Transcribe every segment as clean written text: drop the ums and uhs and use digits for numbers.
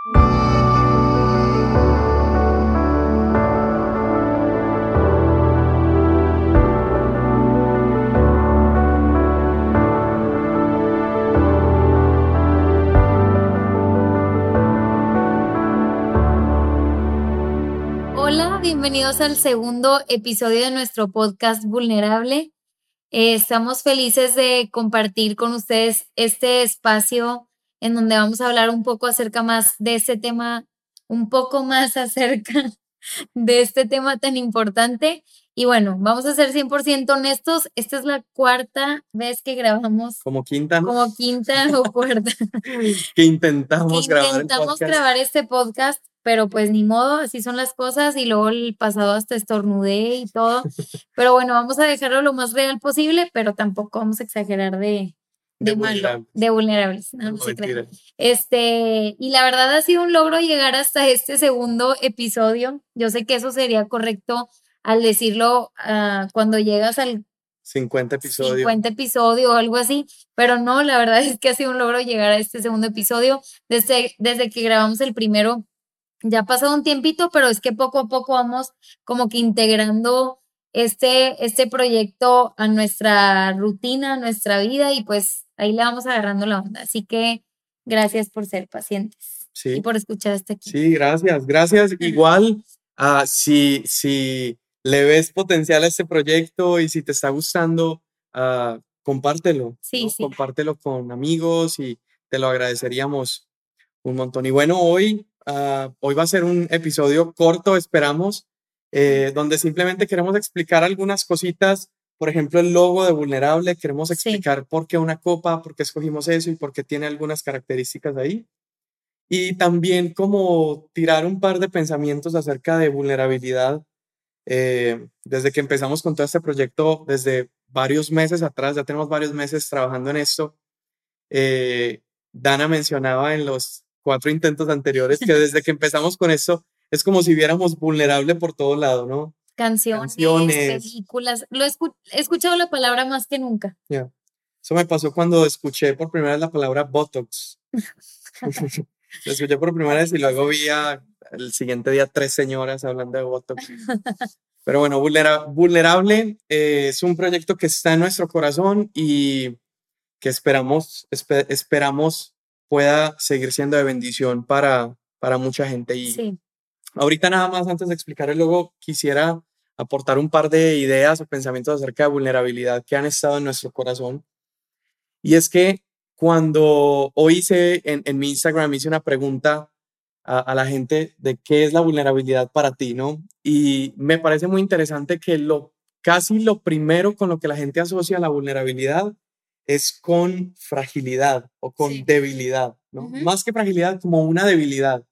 Hola, bienvenidos al segundo episodio de nuestro podcast Vulnerable. Estamos felices de compartir con ustedes este espacio en donde vamos a hablar un poco acerca más de este tema, un poco más acerca de este tema tan importante. Y bueno, vamos a ser 100% honestos, esta es la cuarta vez que grabamos, Como quinta, ¿no? como quinta o cuarta, que intentamos grabar el intentamos podcast. grabar este podcast, pero pues ni modo, así son las cosas y luego el pasado hasta estornudé y todo. Pero bueno, vamos a dejarlo lo más real posible, pero tampoco vamos a exagerar de malo, vulnerables. de vulnerables. No, No, se crean. mentira. Y la verdad ha sido un logro llegar hasta este segundo episodio. Yo sé que eso sería correcto al decirlo cuando llegas al 50 episodios. 50 episodio o algo así, pero no, la verdad es que ha sido un logro llegar a este segundo episodio. Desde que grabamos el primero, ya ha pasado un tiempito, pero es que poco a poco vamos como que integrando este proyecto a nuestra rutina, a nuestra vida, y pues ahí le vamos agarrando la onda. Así que gracias por ser pacientes y por escuchar hasta aquí. Sí, gracias. Igual, si le ves potencial a este proyecto y si te está gustando, compártelo. Sí, ¿no? sí. Compártelo con amigos y te lo agradeceríamos un montón. Y bueno, hoy va a ser un episodio corto, esperamos, donde simplemente queremos explicar algunas cositas. Por ejemplo, el logo de Vulnerable, queremos explicar por qué una copa, por qué escogimos eso y por qué tiene algunas características ahí. Y también como tirar un par de pensamientos acerca de vulnerabilidad. Desde que empezamos con todo este proyecto, desde varios meses atrás, ya tenemos varios meses trabajando en esto. Dana mencionaba en los 4 intentos anteriores que desde que empezamos con esto es como si viéramos Vulnerable por todo lado, ¿no? Canciones, películas. He escuchado la palabra más que nunca. Yeah. Eso me pasó cuando escuché por primera vez la palabra Botox. Lo escuché por primera vez y luego vi el siguiente día 3 señoras hablando de Botox. Pero bueno, Vulnerable es un proyecto que está en nuestro corazón y que esperamos pueda seguir siendo de bendición para mucha gente. Y ahorita nada más, antes de explicar el logo, quisiera aportar un par de ideas o pensamientos acerca de vulnerabilidad que han estado en nuestro corazón. Y es que cuando hoy en mi Instagram hice una pregunta a la gente de qué es la vulnerabilidad para ti, ¿no? Y me parece muy interesante que casi lo primero con lo que la gente asocia la vulnerabilidad es con fragilidad o con debilidad, ¿no? Más que fragilidad, como una debilidad.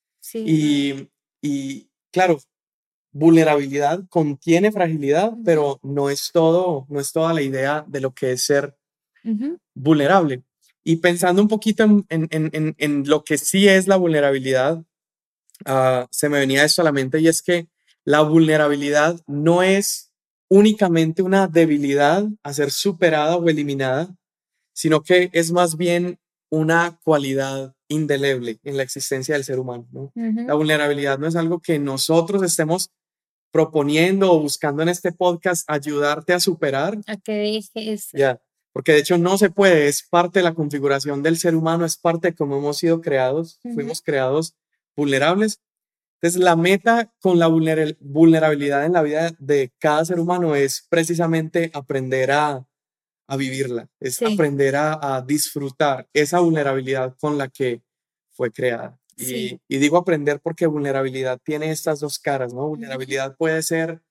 Y claro, vulnerabilidad contiene fragilidad, pero no es toda la idea de lo que es ser vulnerable. Y pensando un poquito en lo que sí es la vulnerabilidad, se me venía esto a la mente, y es que la vulnerabilidad no es únicamente una debilidad a ser superada o eliminada, sino que es más bien una cualidad indeleble en la existencia del ser humano, ¿no? La vulnerabilidad no es algo que nosotros estemos proponiendo o buscando en este podcast ayudarte a superar. A que dejes. Porque de hecho no se puede, es parte de la configuración del ser humano, es parte de cómo hemos sido creados, fuimos creados vulnerables. Entonces la meta con la vulnerabilidad en la vida de cada ser humano es precisamente aprender a vivirla, es aprender a disfrutar esa vulnerabilidad con la que fue creada. Y digo aprender porque vulnerabilidad tiene estas dos caras, ¿no? Vulnerabilidad puede ser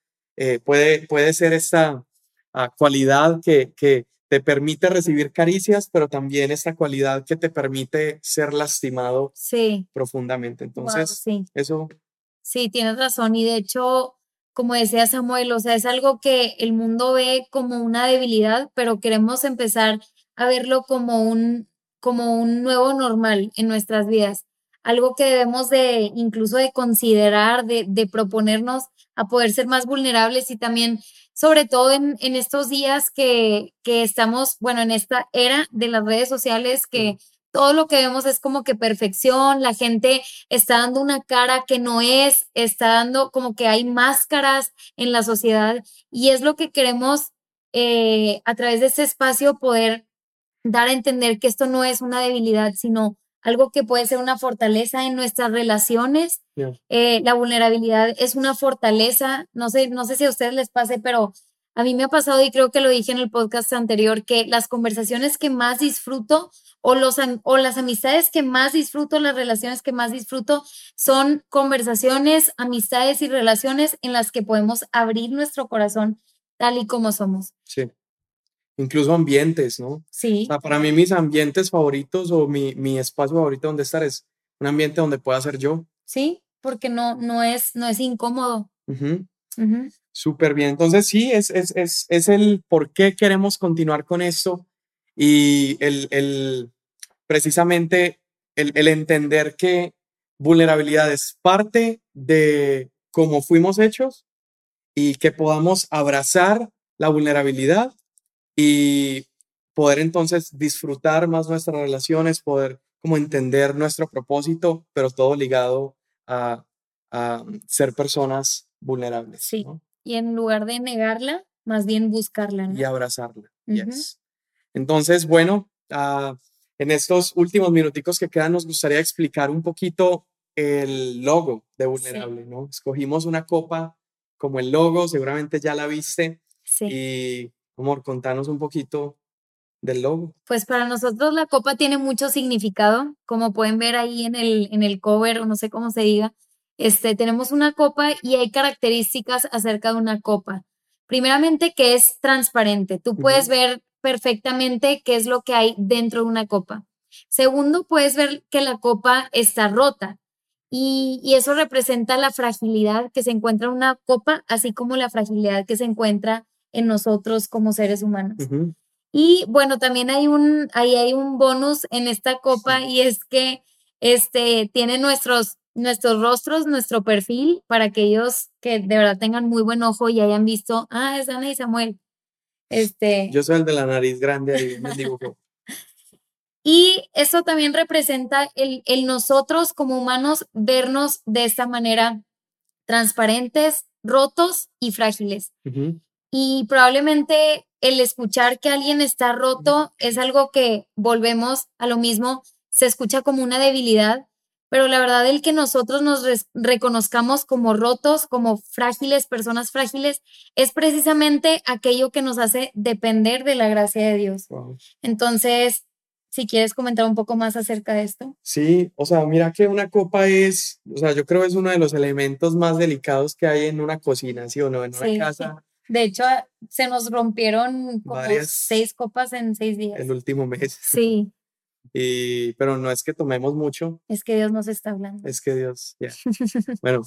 esta cualidad que te permite recibir caricias, pero también esta cualidad que te permite ser lastimado profundamente. Entonces, eso. Sí, tienes razón. Y de hecho, como decía Samuel, o sea, es algo que el mundo ve como una debilidad, pero queremos empezar a verlo como un nuevo normal en nuestras vidas. Algo que debemos de incluso de considerar, de proponernos a poder ser más vulnerables y también, sobre todo en estos días que estamos, bueno, en esta era de las redes sociales que todo lo que vemos es como que perfección, la gente está dando una cara que no es, está dando como que hay máscaras en la sociedad y es lo que queremos a través de este espacio poder dar a entender que esto no es una debilidad, sino algo que puede ser una fortaleza en nuestras relaciones. Yeah. La vulnerabilidad es una fortaleza. No sé si a ustedes les pase, pero a mí me ha pasado y creo que lo dije en el podcast anterior, que las conversaciones que más disfruto o las amistades que más disfruto, las relaciones que más disfruto, son conversaciones, amistades y relaciones en las que podemos abrir nuestro corazón tal y como somos. Sí. Incluso ambientes, ¿no? Sí. O sea, para mí mis ambientes favoritos o mi espacio favorito donde estar es un ambiente donde pueda ser yo. Sí, porque no es incómodo. Ujú. Ujú. Súper bien. Entonces sí, es el por qué queremos continuar con esto y precisamente el entender que vulnerabilidad es parte de cómo fuimos hechos y que podamos abrazar la vulnerabilidad y poder entonces disfrutar más nuestras relaciones, poder como entender nuestro propósito, pero todo ligado a, a ser personas vulnerables, Sí, ¿no? y en lugar de negarla, más bien buscarla, Y ¿no? abrazarla. Ujú. Yes. Entonces, bueno, en estos últimos minuticos que quedan, nos gustaría explicar un poquito el logo de Sí, Vulnerable, ¿no? Escogimos una copa como el logo, seguramente ya la viste. sí. Y, amor, contanos un poquito del logo. Pues para nosotros la copa tiene mucho significado, como pueden ver ahí en el cover, o no sé cómo se diga. Tenemos una copa y hay características acerca de una copa. Primeramente, que es transparente. Tú puedes Ujú. ver perfectamente qué es lo que hay dentro de una copa. Segundo, puedes ver que la copa está rota y eso representa la fragilidad que se encuentra en una copa, así como la fragilidad que se encuentra en nosotros como seres humanos. Ujú. Y bueno, también ahí hay un bonus en esta copa y es que tiene nuestros rostros, nuestro perfil para aquellos que de verdad tengan muy buen ojo y hayan visto, es Ana y Samuel. Yo soy el de la nariz grande ahí en el dibujo. Y eso también representa el nosotros como humanos vernos de esta manera transparentes, rotos y frágiles. Ujú. Y probablemente el escuchar que alguien está roto es algo que volvemos a lo mismo, se escucha como una debilidad, pero la verdad el que nosotros nos reconozcamos como rotos, como frágiles, personas frágiles, es precisamente aquello que nos hace depender de la gracia de Dios. Wow. Entonces, si quieres comentar un poco más acerca de esto. Sí, o sea, mira que una copa es, o sea, yo creo que es uno de los elementos más delicados que hay en una cocina, ¿sí o no? En una Sí, casa, de hecho, se nos rompieron como varias 6 copas en 6 el días. último mes. Sí. Pero no es que tomemos mucho, Es que Dios nos está hablando. es que Dios, ya. Bueno,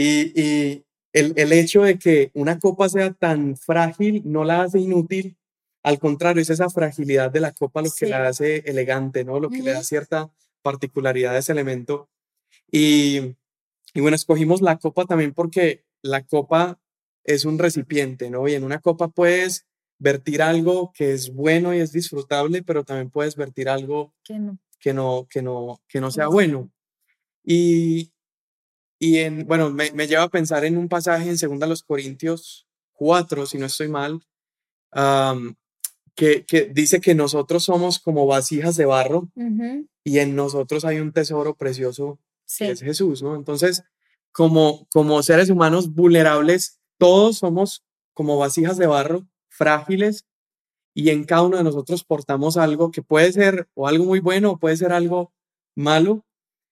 y el hecho de que una copa sea tan frágil no la hace inútil, al contrario, es esa fragilidad de la copa lo que Sí. la hace elegante, ¿no? Lo que le da Ujú. cierta particularidad a ese elemento. Y, y bueno, escogimos la copa también porque la copa es un recipiente, ¿no? Y en una copa puedes vertir algo que es bueno y es disfrutable, pero también puedes vertir algo Que no. que no sea bueno. Y, bueno, me lleva a pensar en un pasaje en 2 Corintios 4, si no estoy mal, am, que dice que nosotros somos como vasijas de barro Ujú. y en nosotros hay un tesoro precioso que es Sí. Jesús, ¿no? Entonces, como seres humanos vulnerables, todos somos como vasijas de barro, frágiles, y en cada uno de nosotros portamos algo que puede ser o algo muy bueno o puede ser algo malo,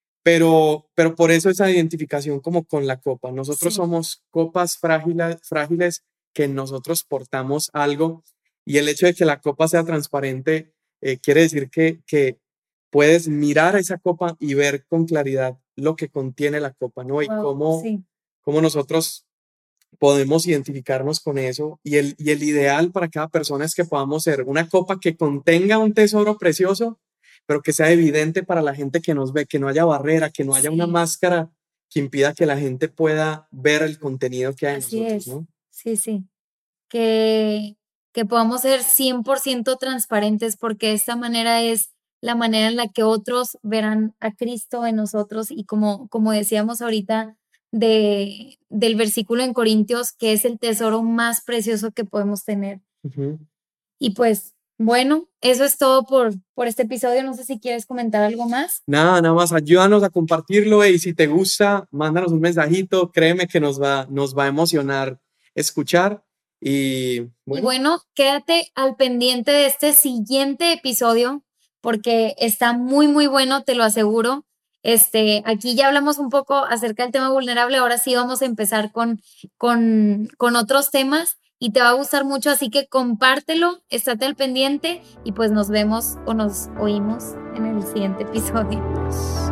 pero por eso esa identificación como con la copa. Nosotros Sí. somos copas frágiles que en nosotros portamos algo y el hecho de que la copa sea transparente quiere decir que puedes mirar a esa copa y ver con claridad lo que contiene la copa, ¿no? Y Wow. Sí. cómo nosotros podemos identificarnos con eso y el ideal para cada persona es que podamos ser una copa que contenga un tesoro precioso, pero que sea evidente para la gente que nos ve, que no haya barrera, que no haya una Sí. máscara que impida que la gente pueda ver el contenido que hay en Así nosotros, es. ¿no? Sí, sí. Que, que podamos ser 100% transparentes porque de esta manera es la manera en la que otros verán a Cristo en nosotros y como decíamos ahorita del versículo en Corintios, que es el tesoro más precioso que podemos tener. Ujú. Y pues, bueno, eso es todo por este episodio. No sé si quieres comentar algo más. Nada más, ayúdanos a compartirlo y si te gusta, mándanos un mensajito, créeme que nos va a emocionar escuchar y Y bueno, bueno, quédate al pendiente de este siguiente episodio porque está muy, muy bueno, te lo aseguro. Aquí ya hablamos un poco acerca del tema vulnerable, ahora sí vamos a empezar con otros temas y te va a gustar mucho, así que compártelo, estate al pendiente y pues nos vemos o nos oímos en el siguiente episodio.